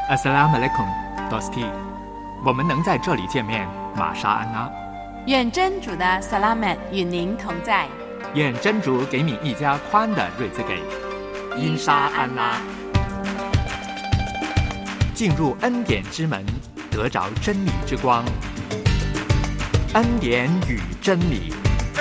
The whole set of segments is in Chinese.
Assalamualaikum, Dosti。我们能在这里见面，玛莎安拉。 愿真主的萨拉曼与您同在。 愿真主给你一家宽的瑞兹给。因沙安拉。进入恩典之门，得着真理之光。恩典与真理。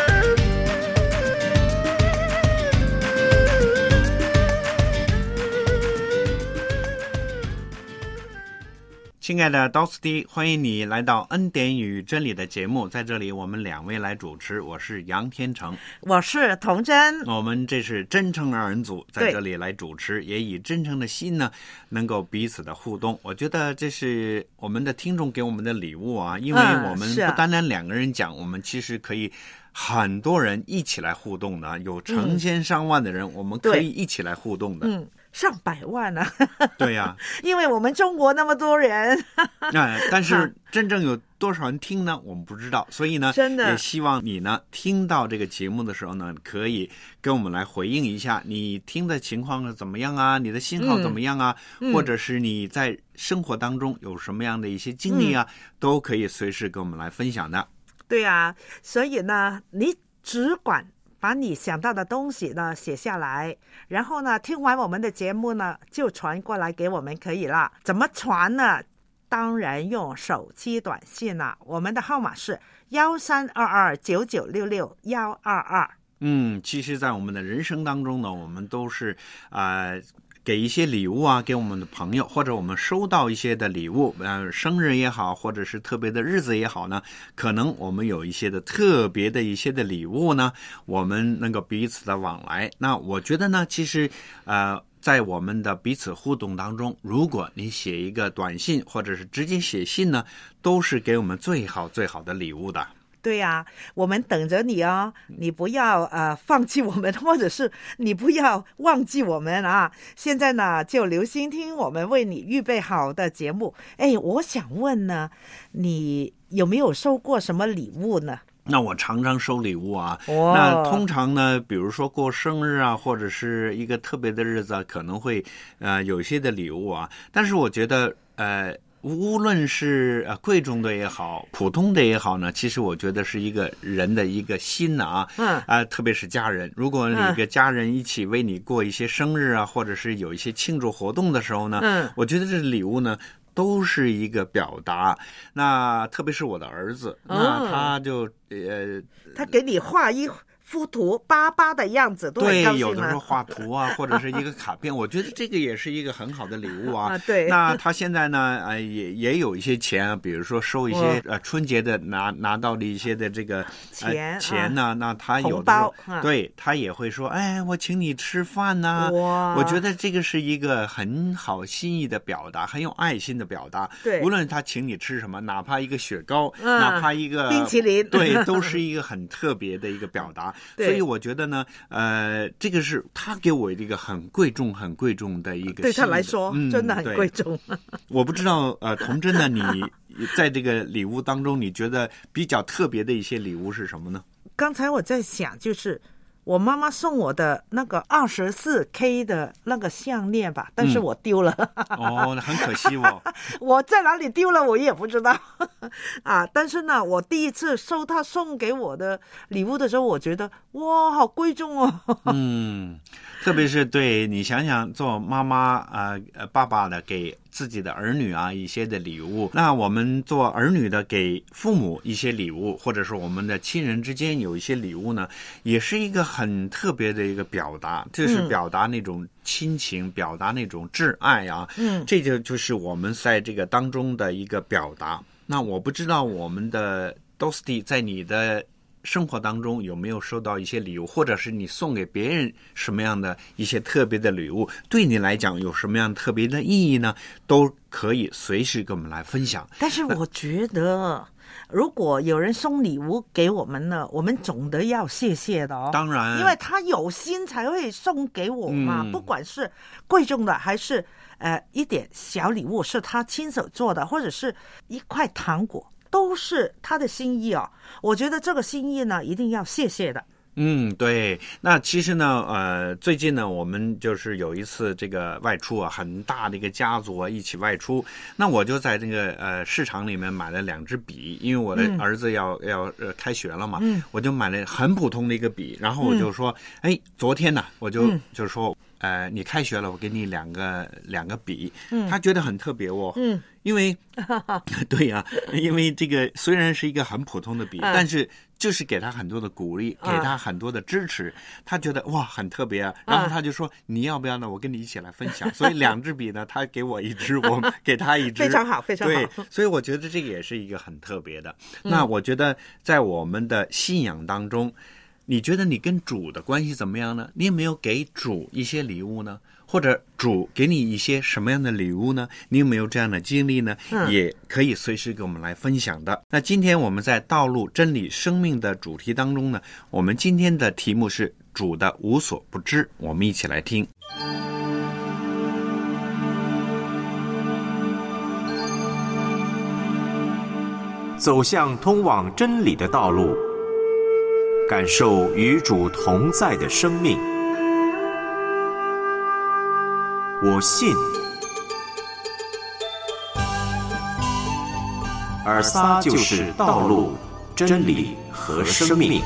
亲爱的 Dosti， 欢迎你来到恩典与真理的节目，在这里我们两位来主持，我是杨天成， 我是童真。 我们这是真诚二人组，在这里来主持，也以真诚的心呢，能够彼此的互动。我觉得这是我们的听众给我们的礼物啊，因为我们不单单两个人讲，我们其实可以很多人一起来互动的，有成千上万的人，我们可以一起来互动的。 上百万啊！ 对呀， 因为我们中国那么多人。 但是真正有多少人听呢？我们不知道。所以呢，真的也希望你呢，听到这个节目的时候呢，可以跟我们来回应一下，你听的情况怎么样啊？你的信号怎么样啊？或者是你在生活当中有什么样的一些经历啊，都可以随时跟我们来分享的。 对啊，所以呢，你只管把你想到的东西呢写下来，然后呢听完我们的节目呢就传过来给我们可以了。怎么传呢？当然用手机短信了，我们的号码是132299662122。 其实在我们的人生当中呢，我们都是给一些礼物啊，给我们的朋友，或者我们收到一些的礼物，生日也好，或者是特别的日子也好呢，可能我们有一些的特别的一些的礼物呢，我们能够彼此的往来。那我觉得呢，其实在我们的彼此互动当中，如果你写一个短信或者是直接写信呢，都是给我们最好最好的礼物的。 对呀，我们等着你哦，你不要放弃我们，或者是你不要忘记我们啊！现在呢，就留心听我们为你预备好的节目。我想问呢，你有没有收过什么礼物呢？ 那我常常收礼物啊，那通常呢，比如说过生日啊，或者是一个特别的日子啊，可能会有一些的礼物啊，但是我觉得无论是贵重的也好，普通的也好呢，其实我觉得是一个人的一个心啊，特别是家人，如果你跟家人一起为你过一些生日啊，或者是有一些庆祝活动的时候呢，我觉得这礼物呢都是一个表达。那特别是我的儿子，那他就他给你画一幅图巴巴的样子，都很高兴。 对，有的时候画图啊，或者是一个卡片，我觉得这个也是一个很好的礼物啊。 对。 那他现在呢，也有一些钱，比如说收一些春节的拿到的一些的这个钱呢，那他有的时候对他也会说，我请你吃饭呐。我觉得这个是一个很好心意的表达，很有爱心的表达。 对， 无论他请你吃什么，哪怕一个雪糕，哪怕一个冰淇淋， 对，都是一个很特别的一个表达。所以我觉得呢，这个是他给我一个很贵重、很贵重的一个， 对他来说，真的很贵重。 我不知道，童真呢，你在这个礼物当中，你觉得比较特别的一些礼物是什么呢？ 刚才我在想，就是我妈妈送我的那个24K 的那个项链吧，但是我丢了。 很可惜哦。 我在哪里丢了我也不知道但是呢，我第一次收他送给我的礼物的时候，我觉得哇，好贵重哦。 特别是对你想想，做妈妈爸爸的给自己的儿女啊一些的礼物，那我们做儿女的给父母一些礼物，或者是我们的亲人之间有一些礼物呢，也是一个很特别的一个表达，就是表达那种亲情，表达那种挚爱啊。这就是我们在这个当中的一个表达。那我不知道我们的 Dosti 在你的生活当中有没有收到一些礼物，或者是你送给别人什么样的一些特别的礼物，对你来讲有什么样特别的意义呢？都可以随时跟我们来分享。 但是我觉得如果有人送礼物给我们呢，我们总得要谢谢的哦。 当然， 因为他有心才会送给我嘛，不管是贵重的还是一点小礼物是他亲手做的，或者是一块糖果，都是他的心意哦。我觉得这个心意呢，一定要谢谢的。 对。那其实呢，最近呢，我们就是有一次这个外出啊，很大的一个家族啊一起外出。那我就在这个市场里面买了2支笔，因为我的儿子要开学了嘛，我就买了很普通的一个笔，然后我就说，昨天呢，我就是说，你开学了，我给你两个笔，他觉得很特别哦，因为对呀，因为这个虽然是一个很普通的笔，但是就是给他很多的鼓励，给他很多的支持，他觉得哇很特别啊，然后他就说你要不要呢？我跟你一起来分享。所以2支笔呢，他给我1支，我给他1支， 非常好，非常好。 对，所以我觉得这个也是一个很特别的。那我觉得在我们的信仰当中，你觉得你跟主的关系怎么样呢？你有没有给主一些礼物呢？或者主给你一些什么样的礼物呢？你有没有这样的经历呢？也可以随时给我们来分享的。那今天我们在道路真理生命的主题当中呢，我们今天的题目是主的无所不知，我们一起来听。 走向通往真理的道路，感受与主同在的生命。我信，尔撒就是道路、真理和生命。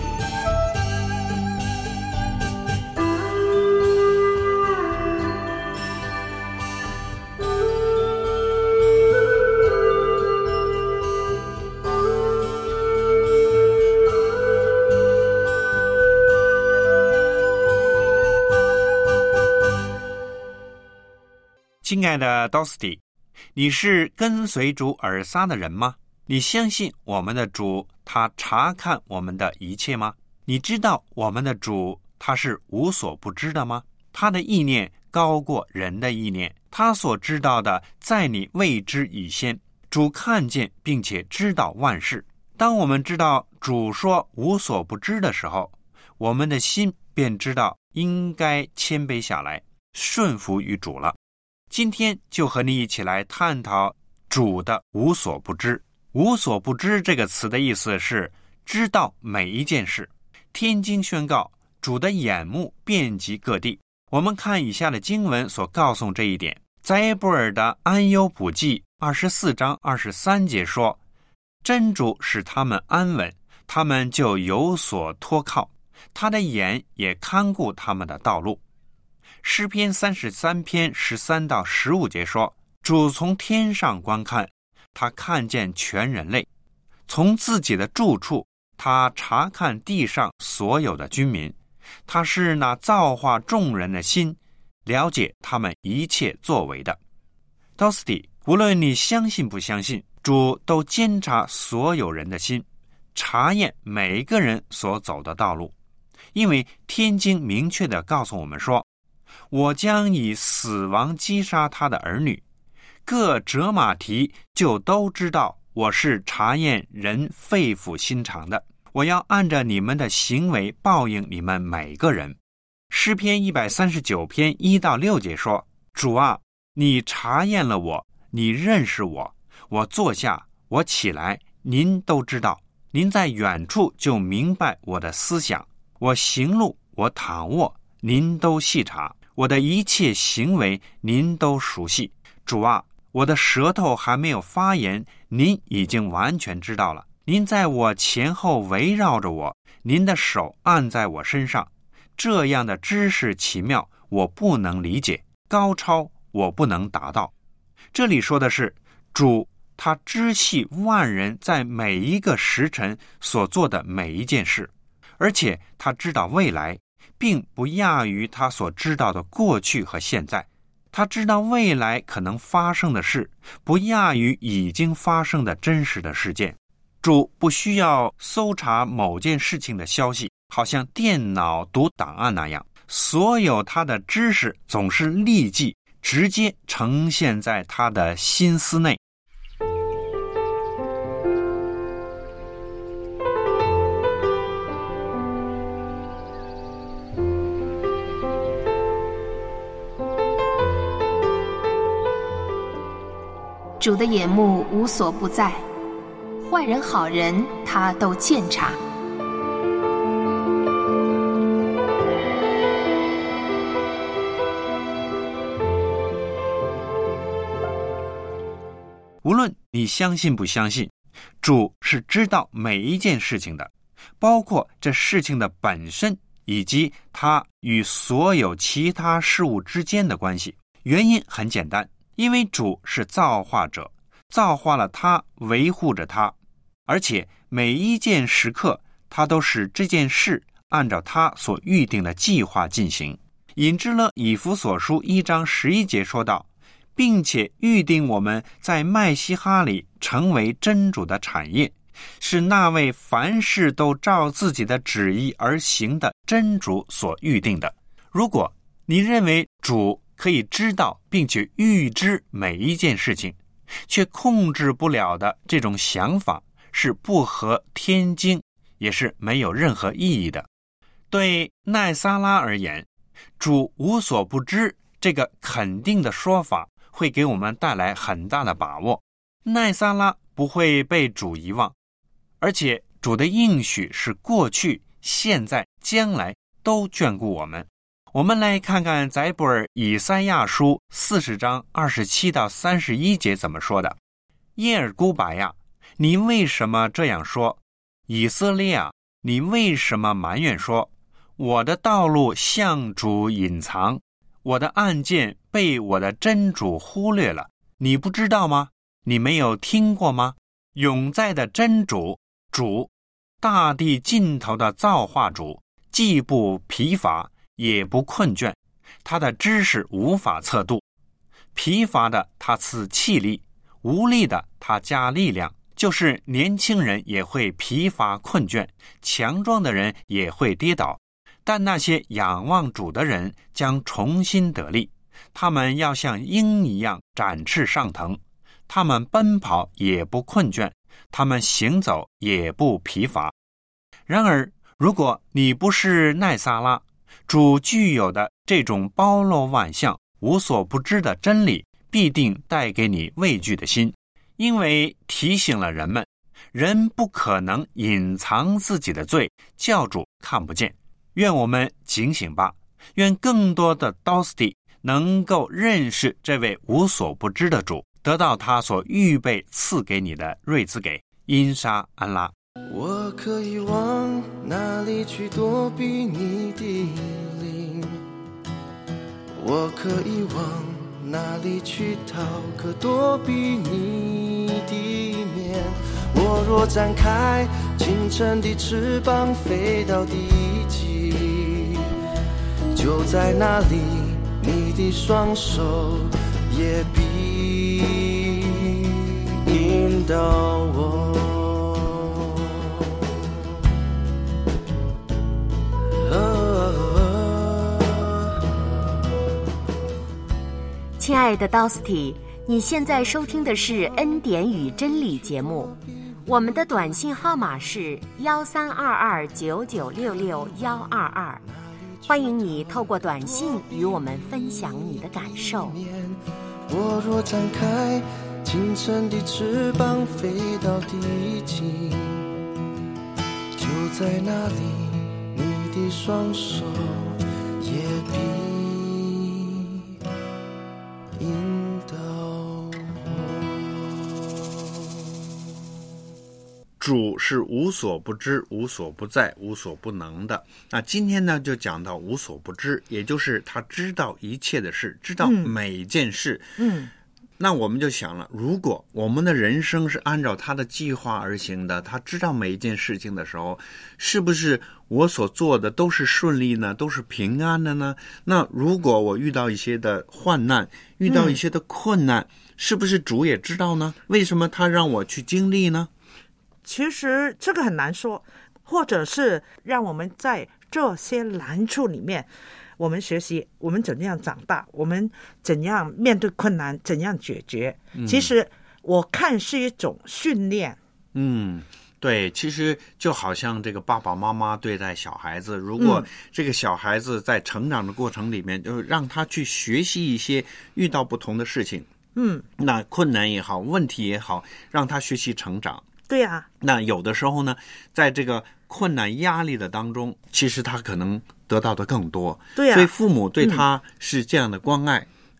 亲爱的 Dusty， 你是跟随主尔撒的人吗？你相信我们的主他查看我们的一切吗？你知道我们的主他是无所不知的吗？他的意念高过人的意念，他所知道的在你未知以先。主看见并且知道万事。当我们知道主说无所不知的时候，我们的心便知道应该谦卑下来，顺服于主了。今天就和你一起来探讨主的无所不知。无所不知这个词的意思是知道每一件事。天经宣告，主的眼目遍及各地。我们看以下的经文所告诉这一点。在耶布尔的安忧补记24章23节说，真主使他们安稳，他们就有所托靠，他的眼也看顾他们的道路。诗篇33篇13到15节说，主从天上观看，他看见全人类，从自己的住处，他查看地上所有的居民，他是那造化众人的心，了解他们一切作为的。Dusty， 无论你相信不相信，主都监察所有人的心，查验每一个人所走的道路。因为天经明确地告诉我们说，我将以死亡击杀他的儿女，各折马蹄就都知道我是查验人肺腑心肠的，我要按着你们的行为报应你们每个人。诗篇139篇1到6节说，主啊，你查验了我，你认识我，我坐下，我起来，您都知道，您在远处就明白我的思想，我行路，我躺卧，您都细察，我的一切行为您都熟悉。主啊，我的舌头还没有发言，您已经完全知道了。您在我前后围绕着我，您的手按在我身上。这样的知识奇妙，我不能理解，高超我不能达到。这里说的是主他知悉万人在每一个时辰所做的每一件事，而且他知道未来，并不亚于他所知道的过去和现在。他知道未来可能发生的事，不亚于已经发生的真实的事件。主不需要搜查某件事情的消息，好像电脑读档案那样，所有他的知识总是立即直接呈现在他的心思内。 主的眼目无所不在，坏人好人他都鉴察。 无论你相信不相信，主是知道每一件事情的，包括这事情的本身，以及它与所有其他事物之间的关系。原因很简单，因为主是造化者，造化了他，维护着他，而且每一件时刻他都使这件事按照他所预定的计划进行。引致了以弗所书1章11节说道，并且预定我们在麦西哈里成为真主的产业，是那位凡事都照自己的旨意而行的真主所预定的。如果你认为主可以知道并且预知每一件事情，却控制不了的这种想法，是不合天经，也是没有任何意义的。对奈撒拉而言，主无所不知这个肯定的说法会给我们带来很大的把握。奈撒拉不会被主遗忘，而且主的应许是过去、现在、将来都眷顾我们。我们来看看载布尔以赛亚书40章27到31节怎么说的。耶尔古巴呀，你为什么这样说？以色列啊，你为什么埋怨说，我的道路向主隐藏，我的案件被我的真主忽略了？你不知道吗？你没有听过吗？永在的真主，主，大地尽头的造化主，既不疲乏也不困倦，他的知识无法测度。疲乏的他赐气力，无力的他加力量。就是年轻人也会疲乏困倦，强壮的人也会跌倒，但那些仰望主的人将重新得力，他们要像鹰一样展翅上腾，他们奔跑也不困倦，他们行走也不疲乏。然而，如果你不是奈撒拉，主具有的这种包罗万象、无所不知的真理，必定带给你畏惧的心，因为提醒了人们，人不可能隐藏自己的罪，叫主看不见。愿我们警醒吧，愿更多的 Dosty 能够认识这位无所不知的主，得到他所预备赐给你的瑞兹给。因沙安拉。 我可以往哪里去躲避你的灵？我可以往哪里去逃，可躲避你的面？我若展开清晨的翅膀，飞到地极，就在那里，你的双手也必引导我。 亲爱的 Dosty， 你现在收听的是恩典与真理节目，我们的短信号码是132299666122，欢迎你透过短信与我们分享你的感受。 我若展开清晨的翅膀，飞到地极，就在那里，你的双手也必引导我。 主是无所不知、无所不在、无所不能的。那今天呢，就讲到无所不知，也就是他知道一切的事，知道每件事。那我们就想了，如果我们的人生是按照他的计划而行的，他知道每一件事情的时候，是不是我所做的都是顺利呢？都是平安的呢？那如果我遇到一些的患难，遇到一些的困难，是不是主也知道呢？为什么他让我去经历呢？ 其实这个很难说，或者是让我们在这些难处里面，我们学习我们怎样长大，我们怎样面对困难，怎样解决。其实我看是一种训练。 对，其实就好像这个爸爸妈妈对待小孩子，如果这个小孩子在成长的过程里面，就让他去学习一些遇到不同的事情，那困难也好，问题也好，让他学习成长。 对啊， 那有的时候呢，在这个困难压力的当中，其实他可能得到的更多。 对啊， 所以父母对他是这样的关爱，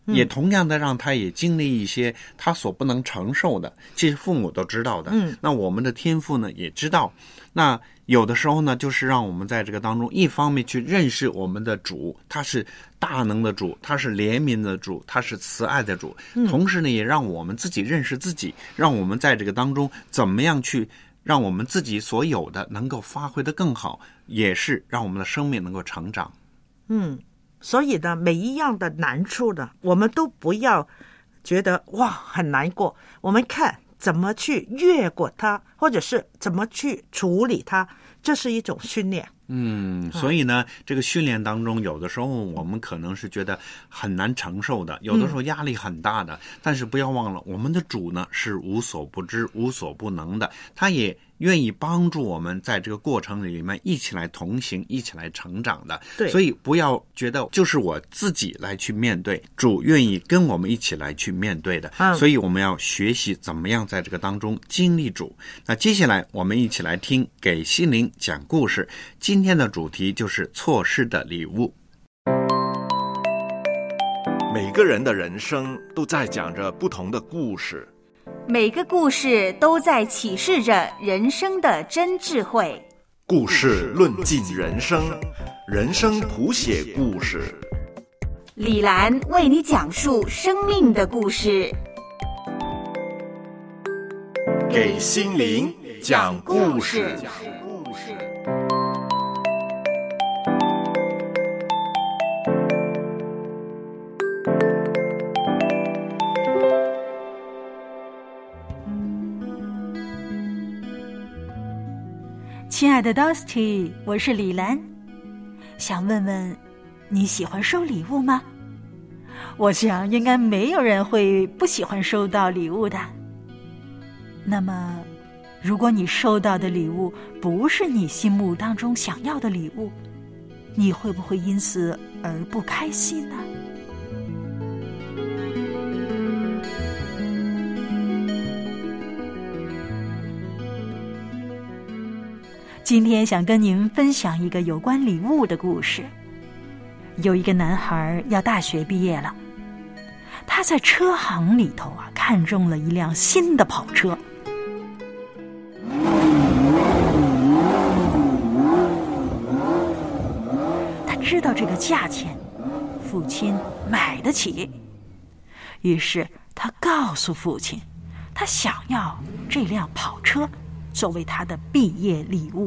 也同样的让他也经历一些他所不能承受的，其实父母都知道的。那我们的天父呢也知道。那有的时候呢，就是让我们在这个当中，一方面去认识我们的主，他是大能的主，他是怜悯的主，他是慈爱的主。同时呢，也让我们自己认识自己，让我们在这个当中怎么样去让我们自己所有的能够发挥得更好，也是让我们的生命能够成长。 所以呢，每一样的难处呢，我们都不要觉得哇很难过，我们看怎么去越过它，或者是怎么去处理它，这是一种训练。 所以呢，这个训练当中，有的时候我们可能是觉得很难承受的，有的时候压力很大的，但是不要忘了，我们的主呢是无所不知、无所不能的，他也愿意帮助我们在这个过程里面一起来同行，一起来成长的。 对， 所以不要觉得就是我自己来去面对，主愿意跟我们一起来去面对的。所以我们要学习怎么样在这个当中经历主。那接下来我们一起来听给心灵讲故事。今天的主题就是错失的礼物。 每个人的人生都在讲着不同的故事， 每个故事都在启示着人生的真智慧。 故事论尽人生，人生谱写故事。 李兰为你讲述生命的故事， 给心灵讲故事。 亲爱的 Dusty， 我是李兰，想问问你喜欢收礼物吗？我想应该没有人会不喜欢收到礼物的。那么，如果你收到的礼物不是你心目当中想要的礼物，你会不会因此而不开心呢？今天想跟您分享一个有关礼物的故事。有一个男孩要大学毕业了，他在车行里头看中了一辆新的跑车。他知道这个价钱，父亲买得起，于是他告诉父亲，他想要这辆跑车作为他的毕业礼物。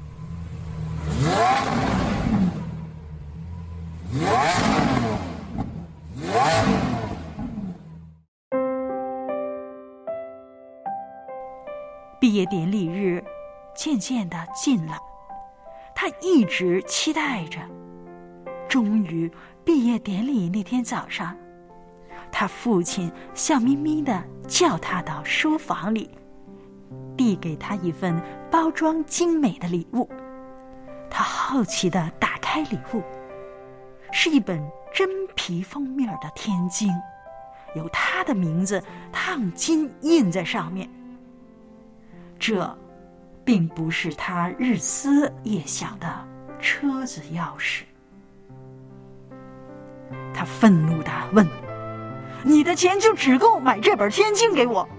毕业典礼日渐渐地近了，他一直期待着。终于，毕业典礼那天早上，他父亲笑眯眯地叫他到书房里，递给他一份包装精美的礼物。他好奇地打开礼物，是一本真皮封面的天经，有他的名字烫金印在上面。这并不是他日思夜想的车子钥匙。他愤怒地问：“你的钱就只够买这本天经给我？”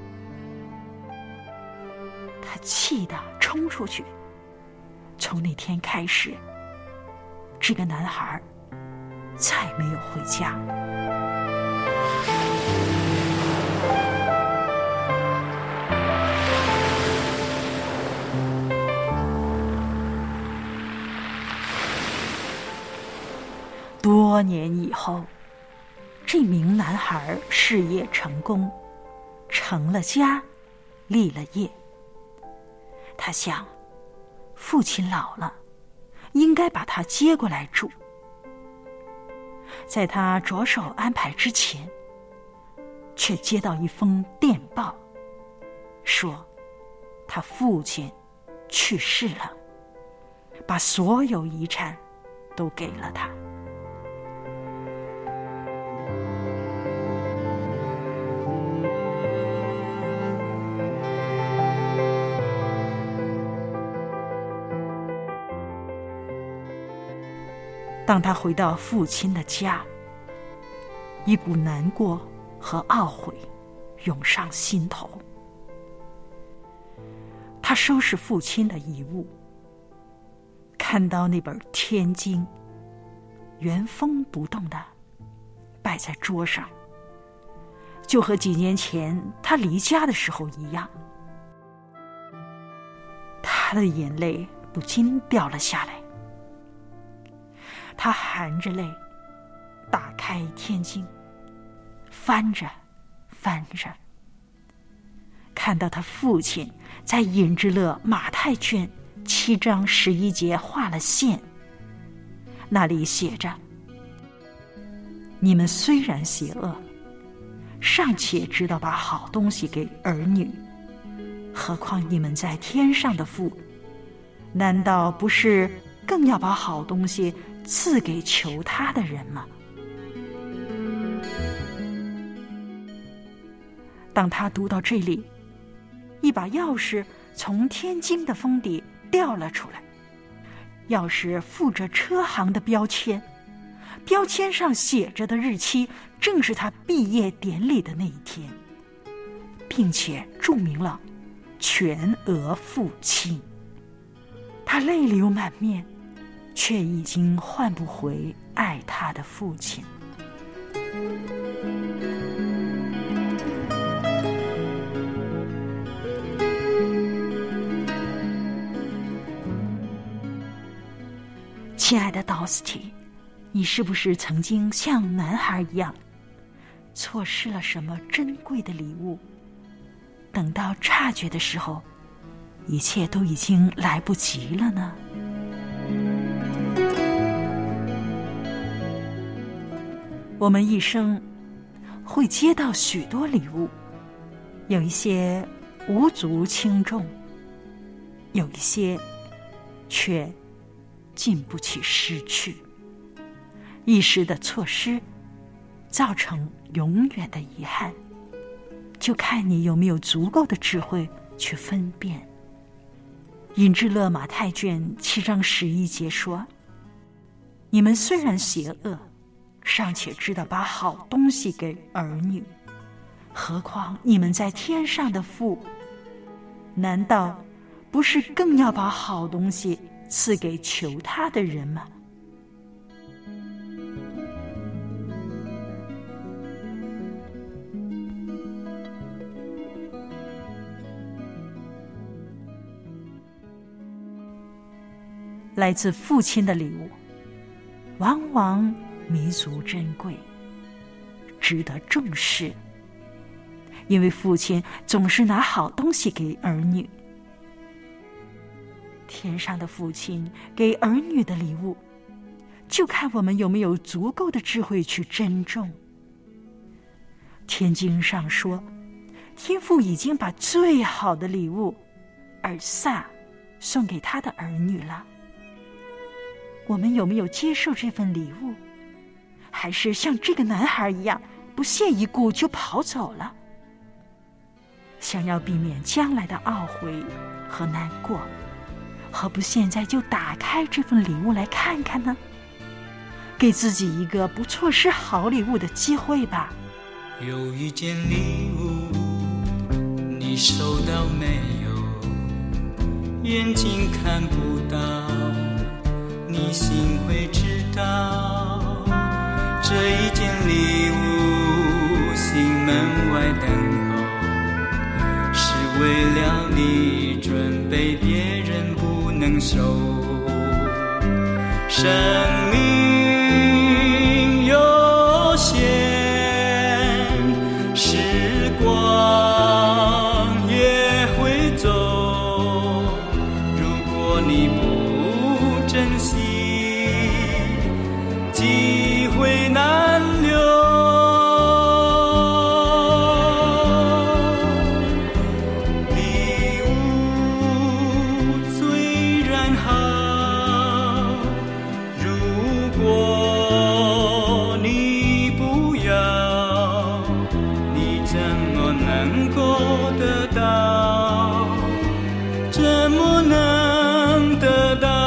他气得冲出去。从那天开始，这个男孩再没有回家。多年以后，这名男孩事业成功，成了家，立了业。他想，父亲老了，应该把他接过来住。在他着手安排之前，却接到一封电报，说他父亲去世了，把所有遗产都给了他。当他回到父亲的家， 一股难过和懊悔涌上心头。他收拾父亲的遗物，看到那本《天经》原封不动地摆在桌上，就和几年前他离家的时候一样。他的眼泪不禁掉了下来。他含着泪打开《天经》，翻着翻着，看到他父亲在尹之乐马太卷7章11节画了线，那里写着：你们虽然邪恶，尚且知道把好东西给儿女，何况你们在天上的父，难道不是更要把好东西赐给求他的人吗？当他读到这里，一把钥匙从天经的封底掉了出来，钥匙附着车行的标签，标签上写着的日期正是他毕业典礼的那一天，并且注明了全额付清。他泪流满面，却已经换不回爱他的父亲。亲爱的 Dusty， 你是不是曾经像男孩一样错失了什么珍贵的礼物？等到察觉的时候，一切都已经来不及了呢？我们一生会接到许多礼物，有一些无足轻重，有一些却经不起失去。一时的错失造成永远的遗憾，就看你有没有足够的智慧去分辨。尹之乐马太卷7章11节说：你们虽然邪恶，尚且知道把好东西给儿女，何况你们在天上的父，难道不是更要把好东西赐给求他的人吗？来自父亲的礼物往往弥足珍贵，值得重视，因为父亲总是拿好东西给儿女。天上的父亲给儿女的礼物，就看我们有没有足够的智慧去珍重。天经上说，天父已经把最好的礼物尔撒送给他的儿女了。我们有没有接受这份礼物？还是像这个男孩一样，不屑一顾就跑走了？想要避免将来的懊悔和难过，何不现在就打开这份礼物来看看呢？给自己一个不错失好礼物的机会吧。 有一件礼物，你收到没有？眼睛看不到，你心会知道。这一件礼物，心门外等候，是为了你准备别人不能收。生命有限，时光也会走，如果你不珍惜，机会难留。礼物虽然好，如果你不要，你怎么能够得到？怎么能得到？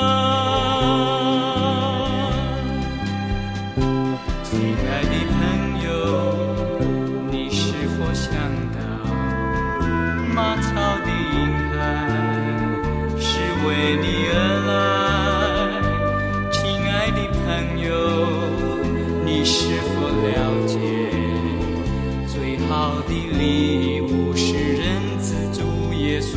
亲爱的朋友，你是否想到马槽的婴孩是为你而来？亲爱的朋友，你是否了解最好的礼物是人子主耶稣？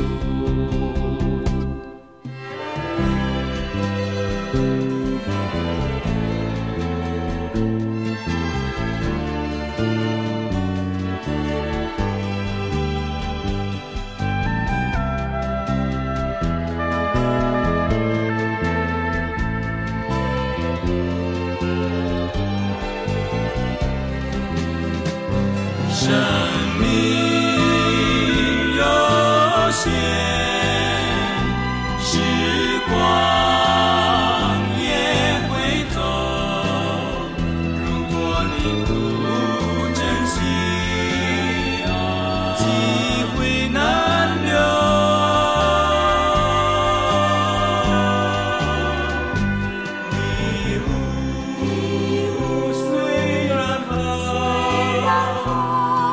生命有限，时光也会走，如果你不珍惜，机会难留。礼物虽然好，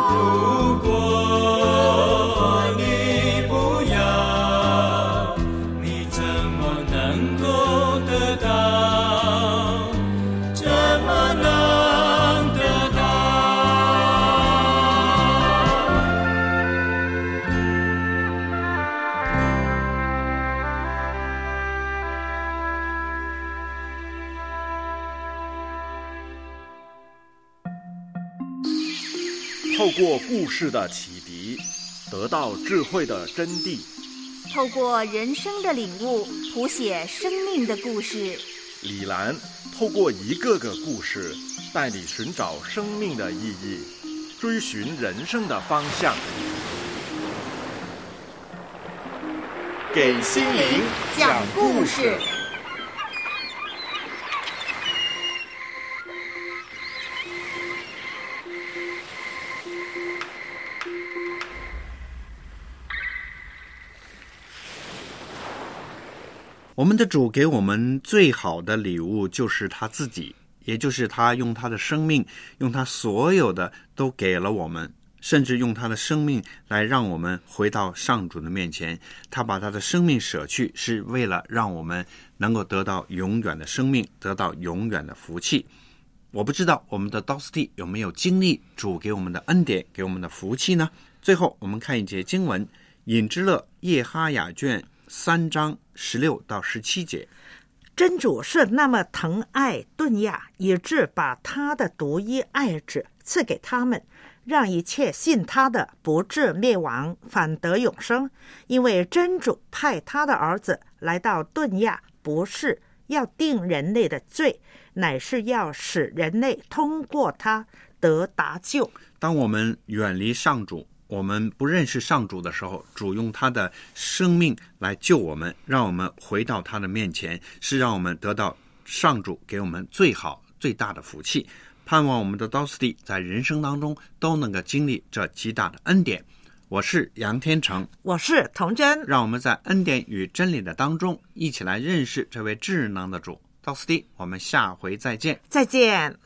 透过故事的启迪，得到智慧的真谛； 透过人生的领悟，谱写生命的故事。 李兰透过一个个故事，带你寻找生命的意义，追寻人生的方向， 给心灵讲故事。 我们的主给我们最好的礼物就是他自己，也就是他用他的生命，用他所有的都给了我们，甚至用他的生命来让我们回到上主的面前。他把他的生命舍去，是为了让我们能够得到永远的生命，得到永远的福气。我不知道我们的道斯蒂有没有经历主给我们的恩典，给我们的福气呢？最后我们看一节经文，隐之勒耶哈雅卷3章16到17节。 真主是那么疼爱顿亚，以致把他的独一爱子赐给他们，让一切信他的不至灭亡，反得永生。因为真主派他的儿子来到顿亚，不是要定人类的罪，乃是要使人类通过他得达救。 当我们远离上主，我们不认识上主的时候，主用他的生命来救我们，让我们回到他的面前，是让我们得到上主给我们最好最大的福气。盼望我们的道斯蒂在人生当中都能够经历这极大的恩典。我是杨天成， 我是童真， 让我们在恩典与真理的当中一起来认识这位智能的主。道斯蒂，我们下回再见。 再见。